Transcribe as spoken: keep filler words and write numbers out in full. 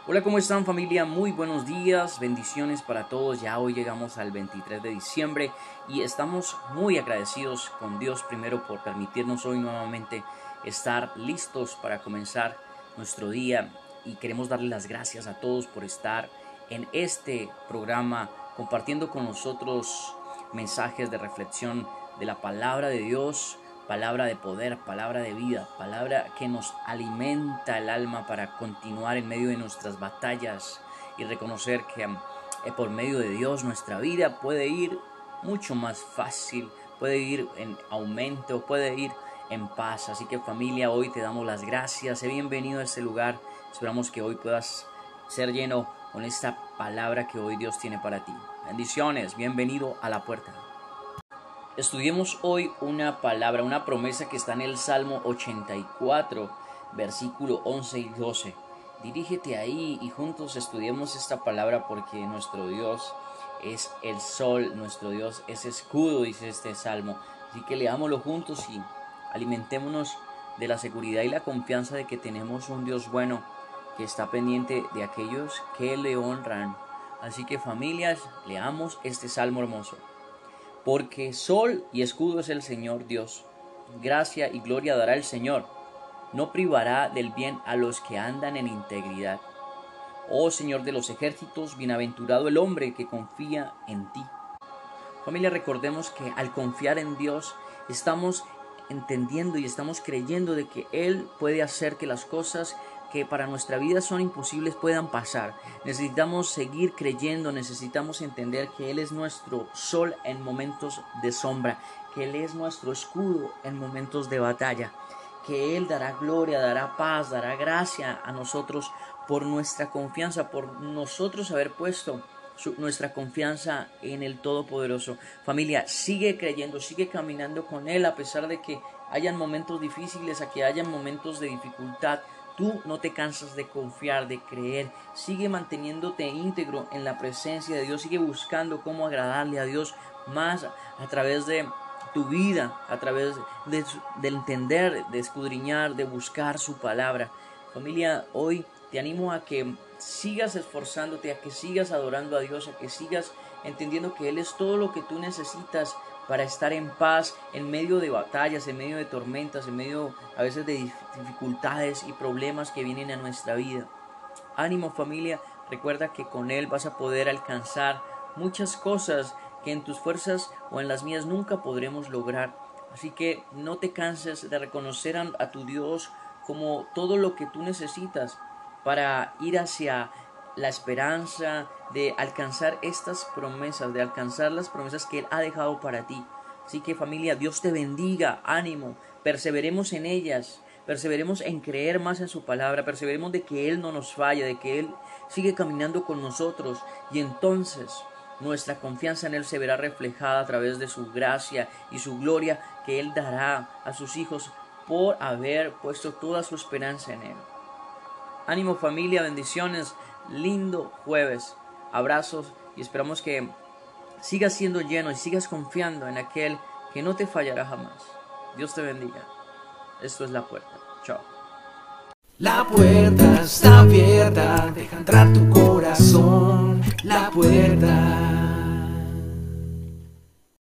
Hola, ¿cómo están, familia? Muy buenos días, bendiciones para todos. Ya hoy llegamos al veintitrés de diciembre y estamos muy agradecidos con Dios primero por permitirnos hoy nuevamente estar listos para comenzar nuestro día, y queremos darle las gracias a todos por estar en este programa compartiendo con nosotros mensajes de reflexión de la palabra de Dios. Palabra de poder, palabra de vida, palabra que nos alimenta el alma para continuar en medio de nuestras batallas y reconocer que eh, por medio de Dios nuestra vida puede ir mucho más fácil, puede ir en aumento, puede ir en paz. Así que, familia, hoy te damos las gracias, sé bienvenido a este lugar. Esperamos que hoy puedas ser lleno con esta palabra que hoy Dios tiene para ti. Bendiciones, bienvenido a La Puerta. Estudiemos hoy una palabra, una promesa que está en el Salmo ochenta y cuatro, versículo once y doce. Dirígete ahí y juntos estudiemos esta palabra, porque nuestro Dios es el sol, nuestro Dios es escudo, dice este Salmo. Así que leámoslo juntos y alimentémonos de la seguridad y la confianza de que tenemos un Dios bueno que está pendiente de aquellos que le honran. Así que, familias, leamos este Salmo hermoso. Porque sol y escudo es el Señor Dios, gracia y gloria dará el Señor, no privará del bien a los que andan en integridad. Oh Señor de los ejércitos, bienaventurado el hombre que confía en ti. Familia, recordemos que al confiar en Dios estamos entendiendo y estamos creyendo de que Él puede hacer que las cosas que para nuestra vida son imposibles puedan pasar. Necesitamos seguir creyendo, necesitamos entender que Él es nuestro sol en momentos de sombra, que Él es nuestro escudo en momentos de batalla, que Él dará gloria, dará paz, dará gracia a nosotros por nuestra confianza, por nosotros haber puesto su, nuestra confianza en el Todopoderoso. Familia, sigue creyendo, sigue caminando con Él a pesar de que hayan momentos difíciles, a que hayan momentos de dificultad. Tú no te cansas de confiar, de creer. Sigue manteniéndote íntegro en la presencia de Dios. Sigue buscando cómo agradarle a Dios más a través de tu vida, a través de, de entender, de escudriñar, de buscar su palabra. Familia, hoy te animo a que sigas esforzándote, a que sigas adorando a Dios, a que sigas entendiendo que Él es todo lo que tú necesitas para estar en paz en medio de batallas, en medio de tormentas, en medio a veces de dificultades y problemas que vienen a nuestra vida. Ánimo, familia, recuerda que con Él vas a poder alcanzar muchas cosas que en tus fuerzas o en las mías nunca podremos lograr. Así que no te canses de reconocer a, a tu Dios como todo lo que tú necesitas para ir hacia la esperanza de alcanzar estas promesas, de alcanzar las promesas que Él ha dejado para ti. Así que, familia, Dios te bendiga, ánimo, perseveremos en ellas, perseveremos en creer más en su palabra, perseveremos de que Él no nos falla, de que Él sigue caminando con nosotros, y entonces nuestra confianza en Él se verá reflejada a través de su gracia y su gloria que Él dará a sus hijos por haber puesto toda su esperanza en Él. Ánimo, familia, bendiciones, lindo jueves, abrazos, y esperamos que sigas siendo lleno y sigas confiando en aquel que no te fallará jamás. Dios te bendiga. Esto es La Puerta. Chao. La puerta está abierta, deja entrar tu corazón. La puerta.